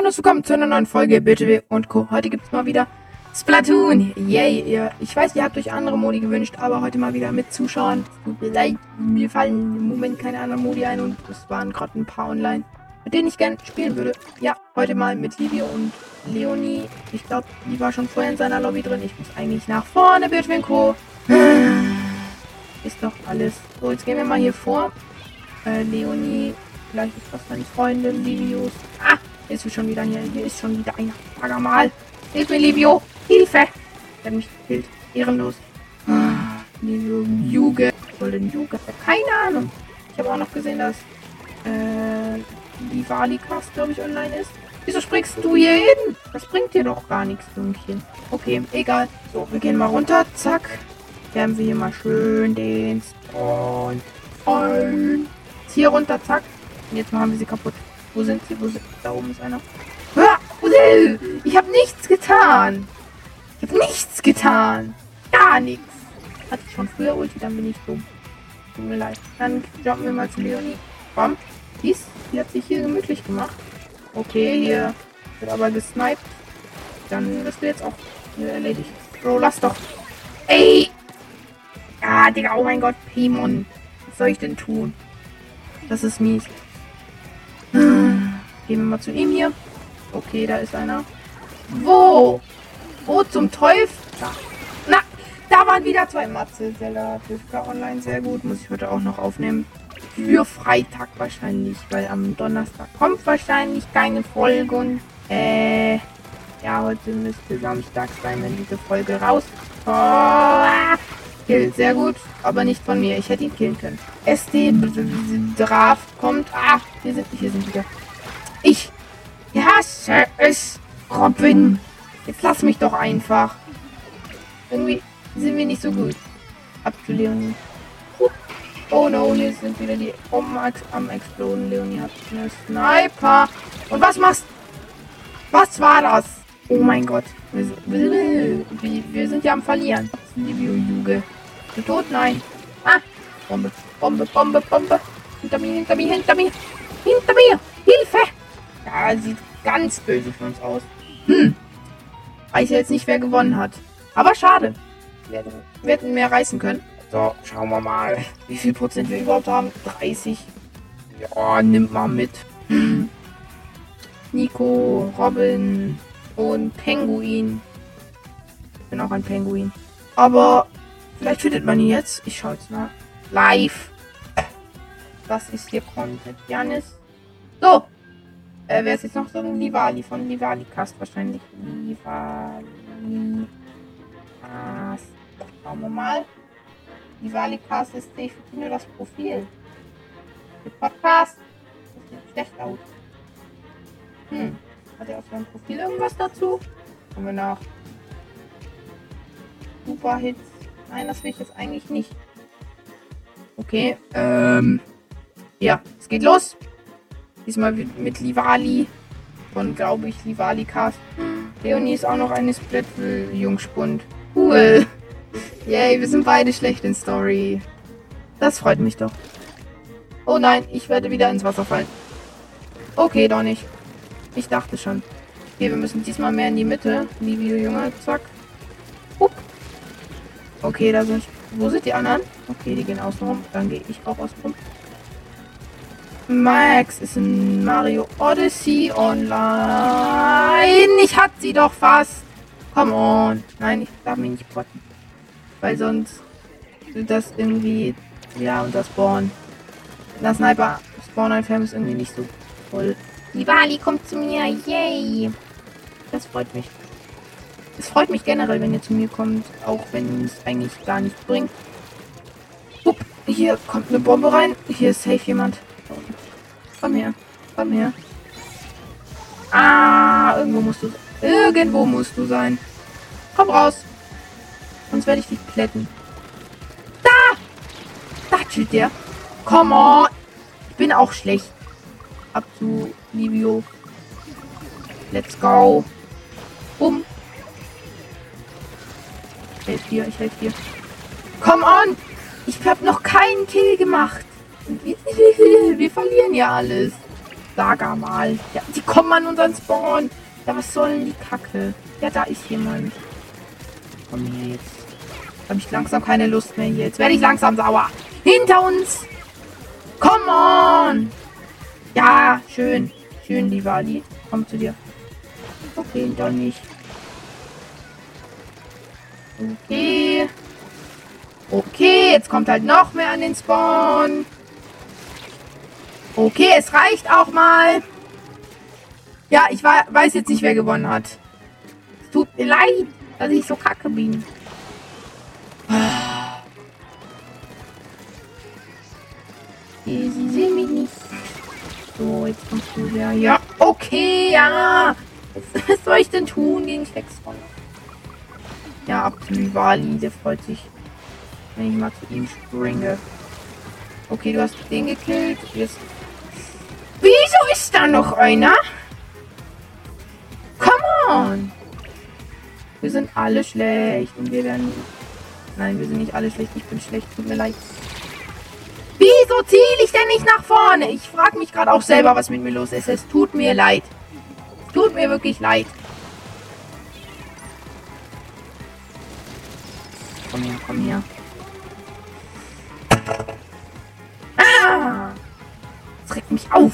herzlich willkommen zu einer neuen Folge BTW und Co. Heute gibt es mal wieder Splatoon. Yay! Ich weiß, ihr habt euch andere Modi gewünscht, aber heute mal wieder mit Zuschauern. Tut mir leid, mir fallen im Moment keine anderen Modi ein und es waren gerade ein paar online, mit denen ich gerne spielen würde. Ja, heute mal mit Livio und Leonie. Ich glaube, die war schon vorher in seiner Lobby drin. Ich muss eigentlich nach vorne, BTW und Co. Ist doch alles. So, jetzt gehen wir mal hier vor. Leonie, vielleicht ist das meine Freundin, Livios. Ah, hier ist schon wieder hier. Hier ist schon wieder einer. Sag mal. Hilf mir, Livio. Hilfe. Der hat mich gekillt. Ehrenlos. Livio, Jugend. Golden Jugend. Keine Ahnung. Ich habe auch noch gesehen, dass die Valicast, glaube ich, online ist. Wieso springst du hier hin? Das bringt dir doch gar nichts, Jungchen. Okay, egal. So, wir gehen mal runter. Zack. Wärmen wir hier mal schön den Spawn. Hier runter, zack. Und jetzt machen wir sie kaputt. Wo sind sie? Da oben ist einer. Ich habe nichts getan. Gar nichts. Hatte ich schon früher Ulti, dann bin ich dumm. Tut mir leid. Dann jumpen wir mal zu Leonie. Bam. Die hat sich hier gemütlich gemacht. Okay, hier wird aber gesniped. Dann wirst du jetzt auch hier erledigt. Bro, lass doch. Ey! Ja, Digga, oh mein Gott, Pimon. Was soll ich denn tun? Das ist mies. Gehen wir mal zu ihm hier. Okay, da ist einer. Wo? Wo zum Teufel? Na, da waren wieder zwei Matze. Zelda online, sehr gut. Muss ich heute auch noch aufnehmen. Für Freitag wahrscheinlich, weil am Donnerstag kommt wahrscheinlich keine Folge. Und, ja, heute müsste Samstag sein, wenn diese Folge rauskommt. Kill, sehr gut, aber nicht von mir. Ich hätte ihn killen können. SD Draf kommt. Ah, hier sind wieder. Ich hasse es, Robin. Jetzt lass mich doch einfach. Irgendwie sind wir nicht so gut. Ab zu Leonie. Oh no, hier sind wieder die Bomben am Exploden. Leonie hat eine Sniper. Und was machst du? Was war das? Oh mein Gott. Wir sind ja am Verlieren. Livio Juge. Du tot? Nein. Ah. Bombe. Hinter mir. Hilfe. Ja, sieht ganz böse für uns aus. Weiß jetzt nicht, wer gewonnen hat. Aber schade. Wir hätten mehr reißen können. So, schauen wir mal, wie viel Prozent wir überhaupt haben. 30. Ja, nimmt mal mit. Nico, Robin und Penguin. Ich bin auch ein Penguin. Aber vielleicht findet man ihn jetzt. Ich schaue jetzt mal. Live. Das ist hier Content. Janis. So. Wer ist jetzt noch so ein Livali von Livalicast wahrscheinlich? Livalicast. Schauen wir mal. Livalicast ist definitiv nur das Profil. Der Podcast. Das sieht schlecht aus. Hat er auf seinem Profil irgendwas dazu? Kommen wir nach. Super Hits. Nein, das will ich jetzt eigentlich nicht. Okay, ja, es geht los. Diesmal mit Livali. Von, glaube ich, Livalicast. Leonie ist auch noch eine Split-Jungspund. Cool. Yay, wir sind beide schlecht in Story. Das freut mich doch. Oh nein, ich werde wieder ins Wasser fallen. Okay, doch nicht. Ich dachte schon. Okay, wir müssen diesmal mehr in die Mitte. Livio, Junge, zack. Upp. Okay, da sind... Wo sind die anderen? Okay, die gehen außen rum. Dann gehe ich auch außen rum. Max ist in Mario Odyssey online. Ich hatte sie doch fast. Come on. Nein, ich darf mich nicht botten. Weil sonst wird das irgendwie wieder unter Spawn. Der Sniper Spawn einfärben ist irgendwie nicht so toll. Die Wali kommt zu mir. Yay. Das freut mich. Es freut mich generell, wenn ihr zu mir kommt. Auch wenn es eigentlich gar nichts bringt. Upp, hier kommt eine Bombe rein. Hier ist safe jemand. Komm her. Ah, irgendwo musst du sein. Komm raus. Sonst werde ich dich plätten. Da chillt der. Come on. Ich bin auch schlecht. Ab zu Livio. Let's go. Bumm. Ich helfe dir. Come on. Ich habe noch keinen Kill gemacht. Wir verlieren ja alles. Sag mal. Ja, die kommen an unseren Spawn. Ja, was soll denn die Kacke? Ja, da ist jemand. Komm hier jetzt. Habe ich langsam keine Lust mehr hier. Jetzt werde ich langsam sauer. Hinter uns. Come on. Ja, schön. Schön, lieber Ali. Komm zu dir. Okay, doch nicht. Okay. Okay, jetzt kommt halt noch mehr an den Spawn. Okay, es reicht auch mal. Ja, ich weiß jetzt nicht, wer gewonnen hat. Es tut mir leid, dass ich so kacke bin. Sie sehen mich nicht. So, jetzt kommst du ja. Ja, okay, ja. Was soll ich denn tun gegen Flexfon? Ja, Abdülwali, der freut sich, wenn ich mal zu ihm springe. Okay, du hast den gekillt. Jetzt. Wieso ist da noch einer? Come on! Wir sind alle schlecht und wir werden... Nein, wir sind nicht alle schlecht. Ich bin schlecht. Tut mir leid. Wieso ziele ich denn nicht nach vorne? Ich frage mich gerade auch selber, was mit mir los ist. Es tut mir leid. Es tut mir wirklich leid. Komm her, komm her. Ah! Das regt mich auf.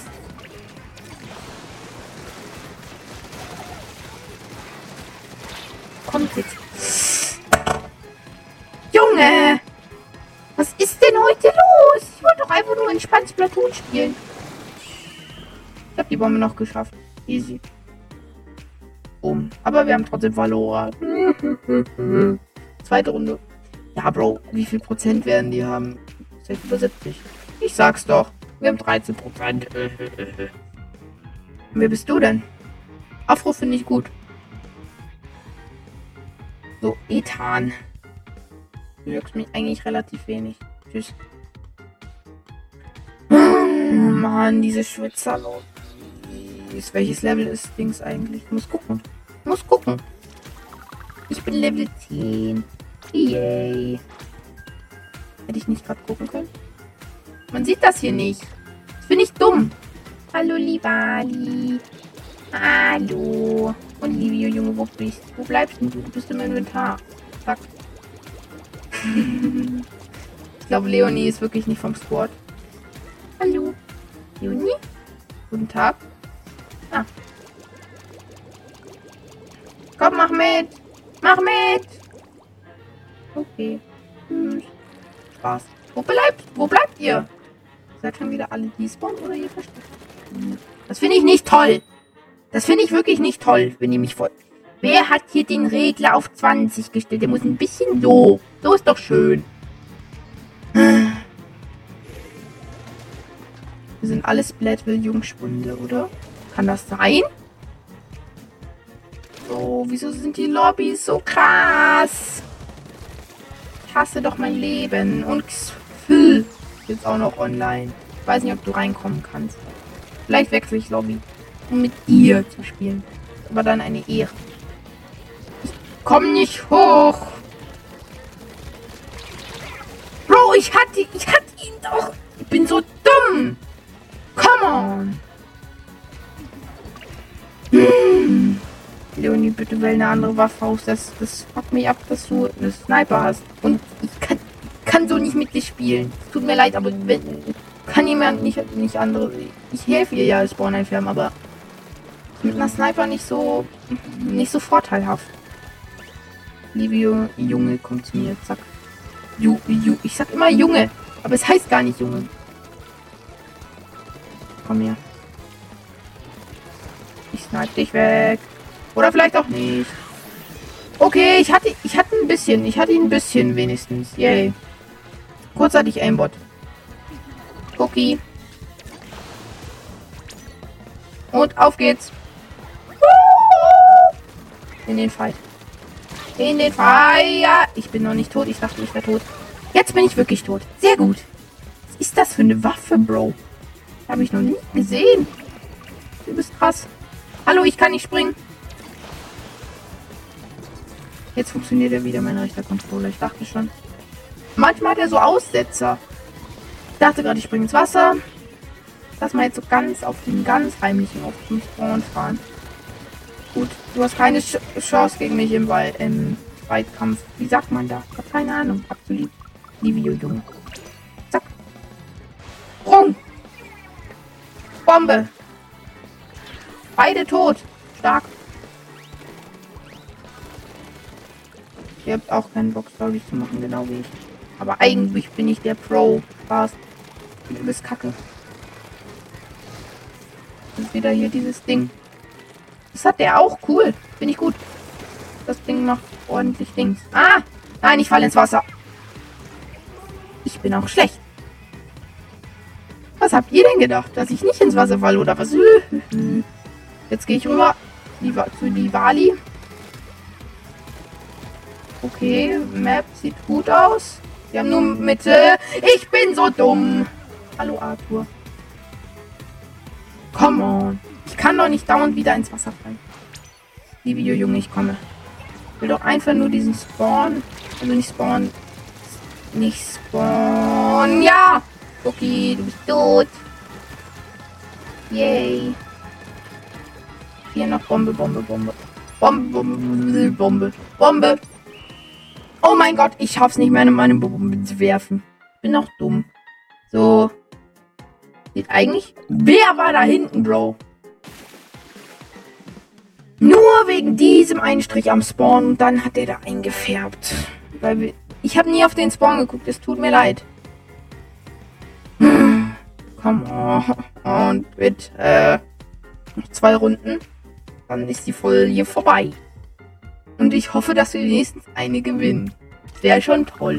Kommt jetzt. Junge! Was ist denn heute los? Ich wollte doch einfach nur entspannt Splatoon spielen. Ich habe die Bombe noch geschafft. Easy. Aber wir haben trotzdem verloren. Zweite Runde. Ja, Bro, wie viel Prozent werden die haben? Selbst über 70. Ich sag's doch. Wir haben 13%. Wer bist du denn? Afro finde ich gut. So, Ethan. Du wirkst mich eigentlich relativ wenig. Tschüss. Mann, diese Schwitzer. Welches Level ist Dings eigentlich? Ich muss gucken. Ich bin Level 10. Yay. Hätte ich nicht gerade gucken können? Man sieht das hier nicht. Das finde ich dumm. Hallo, Livali. Hallo. Und Livio, Junge, wo bist du? Wo bleibst du? Du bist im Inventar. Zack. Ich glaube, Leonie ist wirklich nicht vom Squad. Hallo. Leonie? Guten Tag. Ah. Komm, mach mit. Mach mit. Okay. Tschüss. Spaß. Wo bleibt ihr? Seid schon wieder alle despawnt oder ihr versteckt? Das finde ich nicht toll. Das finde ich wirklich nicht toll, wenn ihr mich folgt. Wer hat hier den Regler auf 20 gestellt? Der muss ein bisschen so. So ist doch schön. Wir sind alle Splatville-Jungspunde, oder? Kann das sein? So, wieso sind die Lobbys so krass? Ich hasse doch mein Leben. Und Xfil ist jetzt auch noch online. Ich weiß nicht, ob du reinkommen kannst. Vielleicht wechsle ich Lobby, um mit dir zu spielen. Aber dann eine Ehre. Ich komm nicht hoch. Bro, ich hatte ihn doch. Ich bin so dumm. Come on. Leonie, bitte wähl eine andere Waffe aus. Das fuckt mich ab, dass du eine Sniper hast. Und ich kann so nicht mit dir spielen. Tut mir leid, aber kann jemand nicht andere. Ich helfe ihr ja, Spawn entfernen, aber mit einer Sniper nicht so vorteilhaft. Liebe Junge, kommt zu mir, zack. Ich sag immer Junge, aber es heißt gar nicht Junge. Komm her. Ich snipe dich weg. Oder vielleicht auch nicht. Okay, ich hatte ein bisschen wenigstens. Yay. Kurzzeitig Aimbot. Cookie. Und auf geht's. In den Fight. Ja, ich bin noch nicht tot. Ich dachte, ich wäre tot. Jetzt bin ich wirklich tot. Sehr gut. Was ist das für eine Waffe, Bro? Habe ich noch nie gesehen. Du bist krass. Hallo, ich kann nicht springen. Jetzt funktioniert er wieder, mein rechter Controller. Ich dachte schon. Manchmal hat er so Aussetzer. Ich dachte gerade, ich springe ins Wasser. Lass mal jetzt so ganz auf den ganz heimlichen auf den Spawn fahren. Gut, du hast keine Chance gegen mich im Weitkampf. Wie sagt man da? Ich hab keine Ahnung. Absolut. Livio, Junge. Zack. Sprung. Bombe. Beide tot. Stark. Ihr habt auch keinen Bock, Storys zu machen, genau wie ich. Aber eigentlich bin ich der Pro. Spaß. Du bist kacke. Und wieder hier dieses Ding. Das hat der auch. Cool. Bin ich gut. Das Ding macht ordentlich Dings. Ah! Nein, ich falle ins Wasser. Ich bin auch schlecht. Was habt ihr denn gedacht? Dass ich nicht ins Wasser falle oder was? Jetzt gehe ich rüber zu Diwali. Okay, Map sieht gut aus. Wir haben nur Mitte. Ich bin so dumm. Hallo Arthur. Come on. Ich kann doch nicht dauernd wieder ins Wasser fallen. Livio, Junge, ich komme. Ich will doch einfach nur diesen Spawn. Also nicht Spawn. Nicht Spawn. Ja! Okay, du bist tot. Yay. Hier noch Bombe, Bombe, Bombe. Bombe, Bombe, Bombe, Bombe. Oh mein Gott, ich schaff's nicht mehr, in meine Bombe zu werfen. Bin noch dumm. So. Sieht eigentlich... Wer war da hinten, Bro? Nur wegen diesem einen Strich am Spawn und dann hat der da eingefärbt. Weil ich habe nie auf den Spawn geguckt, es tut mir leid. Come on. Und bitte. Noch 2 Runden. Dann ist die Folge vorbei. Und ich hoffe, dass wir wenigstens eine gewinnen. Wäre schon toll.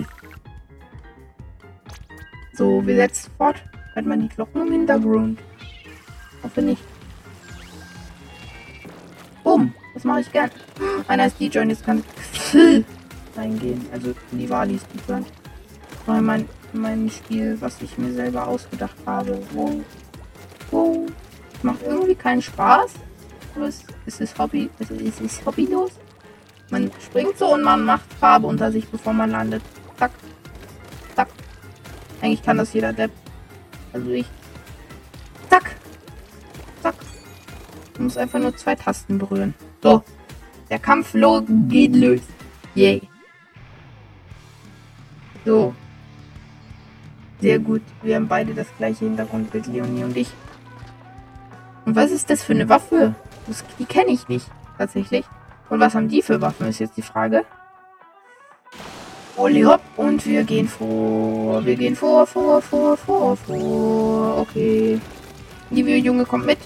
So, wir setzen fort. Hört man die Glocken im Hintergrund? Hoffe nicht. Boom. Das mache ich gern. Einer ist DJ und jetzt kann ich reingehen. Also Diwali ist DJ. Mein Spiel, was ich mir selber ausgedacht habe. Wow. Macht irgendwie keinen Spaß. Es ist hobbylos. Man springt so und man macht Farbe unter sich, bevor man landet. Zack. Zack. Eigentlich kann das jeder Depp. Also ich. Zack. Zack. Man muss einfach nur 2 Tasten berühren. So. Der Kampf geht los. Yay. So. Sehr gut. Wir haben beide das gleiche Hintergrundbild, Leonie und ich. Und was ist das für eine Waffe? Die kenne ich nicht. Tatsächlich. Und was haben die für Waffen, ist jetzt die Frage. Oli hopp. Und wir gehen vor. Wir gehen vor. Okay. Livio, Junge, kommt mit.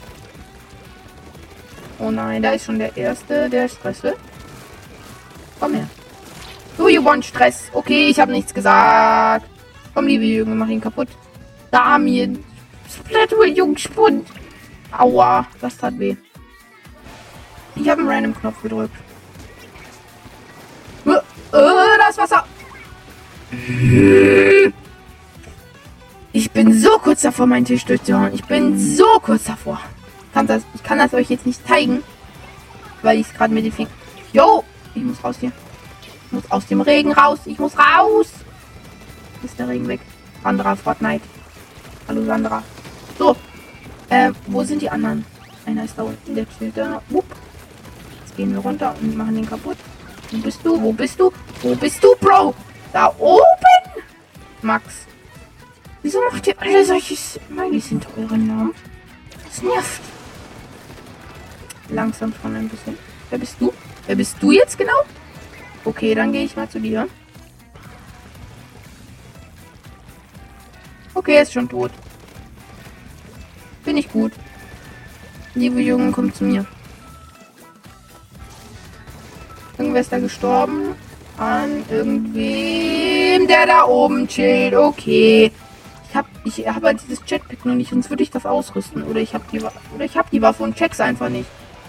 Oh nein, da ist schon der Erste, der Stress will. Komm her. Do you want Stress? Okay, ich habe nichts gesagt. Komm, Livio, Junge, mach ihn kaputt. Damien. Splatoon, Jungspund. Aua, das tat weh. Ich habe einen Random-Knopf gedrückt. Das Wasser. Ich bin so kurz davor, meinen Tisch durchzuhauen. Ich bin so kurz davor. Ich kann das euch jetzt nicht zeigen, weil ich es gerade mit den Fingern... Jo, ich muss raus hier. Ich muss aus dem Regen raus. Ich muss raus. Ist der Regen weg. Sandra, Fortnite. Hallo, Sandra. So. Wo sind die anderen? Einer ist da unten, der chillt da. Jetzt gehen wir runter und machen den kaputt. Wo bist du? Wo bist du? Wo bist du, Bro? Da oben? Max. Wieso macht ihr alle solche Smileys hinter euren Namen? Das nervt. Langsam schon ein bisschen. Wer bist du? Wer bist du jetzt genau? Okay, dann gehe ich mal zu dir. Okay, er ist schon tot. Bin ich gut. Liebe Jungen, kommt zu mir. Irgendwer ist da gestorben. An irgendwem, der da oben chillt. Okay. Ich hab halt dieses Jetpack noch nicht, sonst würde ich das ausrüsten. Oder ich habe die Waffe und check's einfach nicht.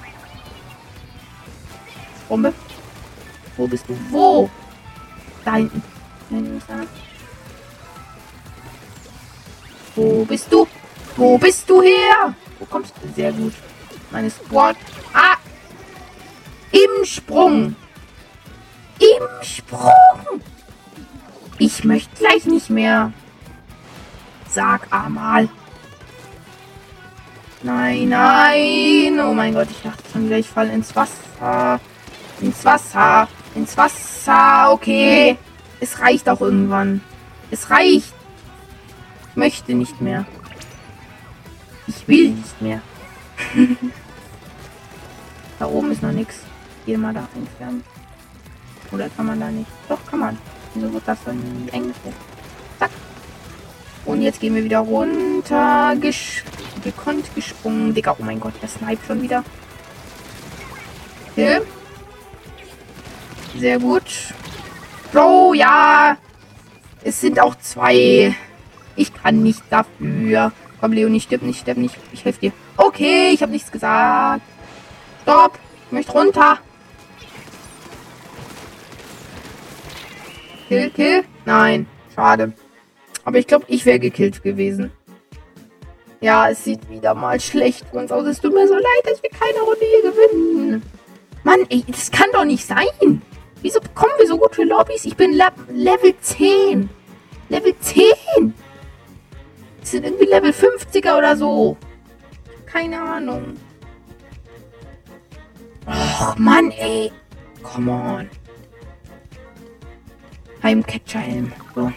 Bombe. Wo bist du? Wo? Da hinten. Wo bist du? Wo bist du her? Wo kommst du? Sehr gut. Meine Squad. Ah! Im Sprung. Im Sprung. Ich möchte gleich nicht mehr. Sag einmal. Nein, nein. Oh mein Gott, ich dachte schon wieder, ich falle ins Wasser. Ins Wasser. Ins Wasser. Okay. Es reicht auch irgendwann. Es reicht. Ich möchte nicht mehr. Ich will nicht mehr. Da oben ist noch nichts. Geh mal da entfernen. Oder kann man da nicht? Doch, kann man. Wieso wird das dann eng? Zack. Und jetzt gehen wir wieder runter. Gekonnt gesprungen. Digga, oh mein Gott, der Snipe schon wieder. Okay. Sehr gut. Bro, ja. Es sind auch 2. Ich kann nicht dafür. Komm, Leonie, stirb nicht, stirb nicht. Ich helfe dir. Okay, ich habe nichts gesagt. Stopp. Ich möchte runter. Kill, kill. Nein, schade. Aber ich glaube, ich wäre gekillt gewesen. Ja, es sieht wieder mal schlecht für uns aus. Es tut mir so leid, dass wir keine Runde hier gewinnen. Mann, ey, das kann doch nicht sein. Wieso bekommen wir so gute Lobbys? Ich bin Level 10. Level 10. Das sind irgendwie Level 50er oder so. Keine Ahnung. Och, Mann, ey. Come on. Heimcatcher-Helm. So.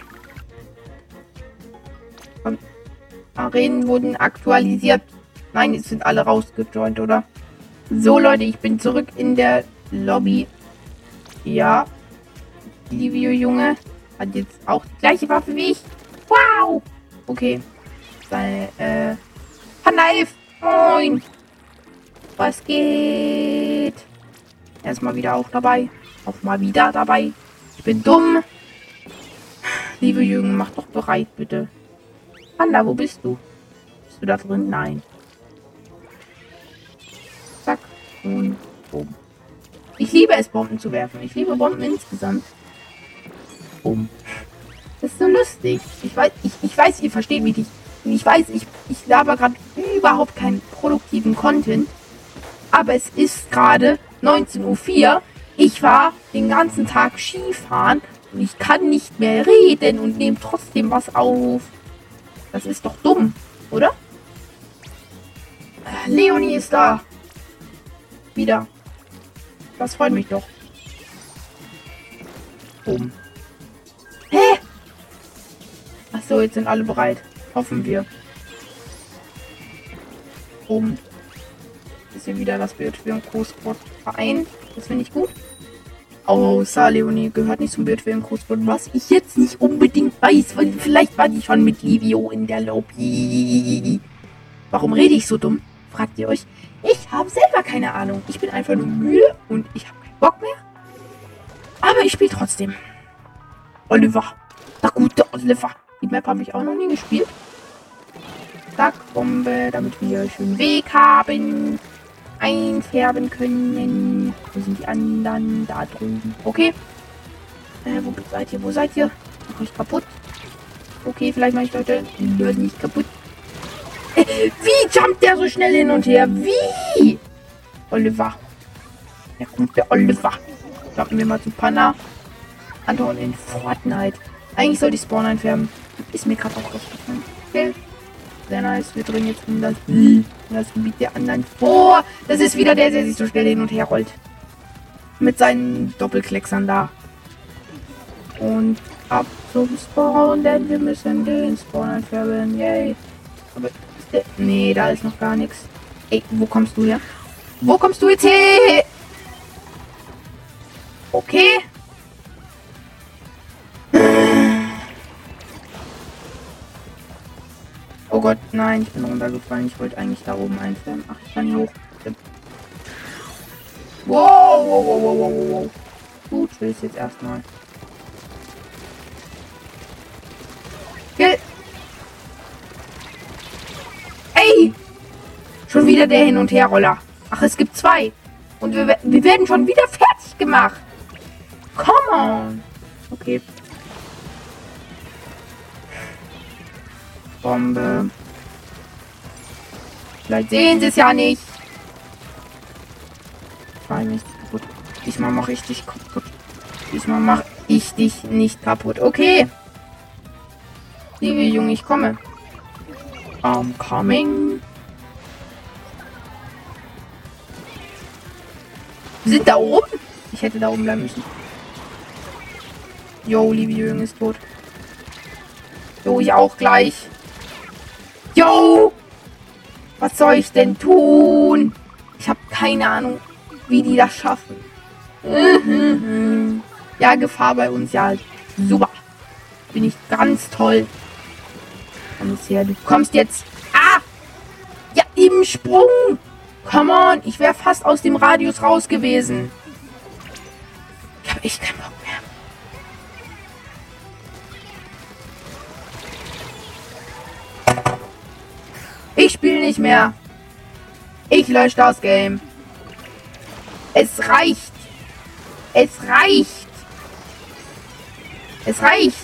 Und Arenen wurden aktualisiert. Nein, jetzt sind alle rausgejoint, oder? So, Leute, ich bin zurück in der Lobby. Ja. Livio Junge hat jetzt auch die gleiche Waffe wie ich. Wow. Okay. Seine, Knife. Moin. Was geht? Erstmal wieder auch dabei. Auch mal wieder dabei. Ich bin dumm. Liebe Jürgen, mach doch bereit, bitte. Panda, wo bist du? Bist du da drin? Nein. Zack. Und boom. Ich liebe es, Bomben zu werfen. Ich liebe Bomben insgesamt. Boom. Das ist so lustig. Ich weiß, ihr versteht mich nicht. Ich weiß, ich laber gerade überhaupt keinen produktiven Content. Aber es ist gerade 19:04 Uhr. Ich war den ganzen Tag Skifahren und ich kann nicht mehr reden und nehme trotzdem was auf. Das ist doch dumm, oder? Leonie ist da. Wieder. Das freut mich doch. Boom. Hä? Achso, jetzt sind alle bereit. Hoffen wir. Boom. Ist hier wieder das BJW Co-Sport Verein. Das finde ich gut. Außer Leonie gehört nicht zum BJW Co-Sport, was ich jetzt nicht unbedingt weiß, weil vielleicht war die schon mit Livio in der Lobby. Warum rede ich so dumm? Fragt ihr euch. Ich habe selber keine Ahnung. Ich bin einfach nur müde und ich habe keinen Bock mehr. Aber ich spiele trotzdem. Oliver. Der gute Oliver. Die Map habe ich auch noch nie gespielt. Zack, Bombe, damit wir schön Weg haben. Einfärben können. Wo sind die anderen? Da drüben. Okay. Wo seid ihr? Wo seid ihr? Mach ich kaputt. Okay, vielleicht mache ich Leute nicht kaputt. Wie jumpt der so schnell hin und her? Wie? Oliver. Ja, kommt der Oliver. Jumpen wir mal zu Panna. Anton in Fortnite. Eigentlich soll die Spawn einfärben. Ist mir gerade auch aufgefallen. Okay. Sehr nice. Wir drehen jetzt in das Gebiet der anderen vor. Das ist wieder der sich so schnell hin und her rollt. Mit seinen Doppelklecksern da. Und ab zum Spawn, denn wir müssen den Spawn einfärben. Yay. Aber nee, da ist noch gar nichts. Ey, wo kommst du her? Wo kommst du jetzt her? Okay. Oh Gott, nein, ich bin runtergefallen. Ich wollte eigentlich da oben einfärben. Ach, ich kann hier hoch. Wow, wow, wow, wow, wow, wow. Gut, will ich jetzt erstmal. Kill. Ey! Schon wieder der Hin- und Herroller. Ach, es gibt 2. Und wir werden schon wieder fertig gemacht. Come on. Okay. Bombe. Vielleicht sehen sie es ja nicht. Nein, nichts kaputt. Diesmal mache ich dich kaputt. Diesmal mache ich dich nicht kaputt. Okay. Liebe Junge, ich komme. I'm coming. Wir sind da oben? Ich hätte da oben bleiben müssen. Jo, liebe Jürgen ist tot. Jo, ich auch gleich. Jo! Was soll ich denn tun? Ich habe keine Ahnung, wie die das schaffen. Ja, Gefahr bei uns, ja. Super. Bin ich ganz toll. Komm jetzt her, du kommst jetzt. Ah! Ja, im Sprung. Come on, ich wäre fast aus dem Radius raus gewesen. Ich habe echt keinen Bock mehr. Ich spiele nicht mehr. Ich lösche das Game. Es reicht. Es reicht. Es reicht.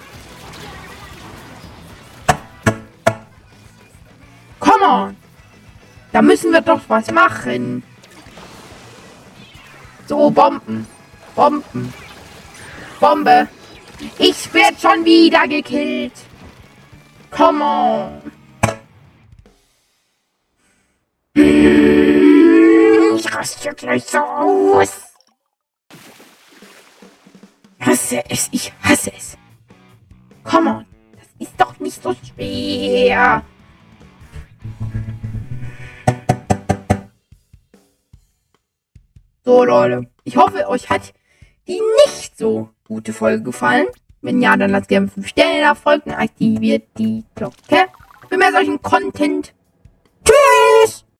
Come on. Da müssen wir doch was machen. So, Bomben. Bomben. Bombe. Ich werde schon wieder gekillt. Come on. Ich raste gleich so aus. Ich hasse es. Come on. Das ist doch nicht so schwer. So, Leute. Ich hoffe, euch hat die nicht so gute Folge gefallen. Wenn ja, dann lasst gerne 5 Sterne da, folgt und aktiviert die Glocke für mehr solchen Content. Tschüss!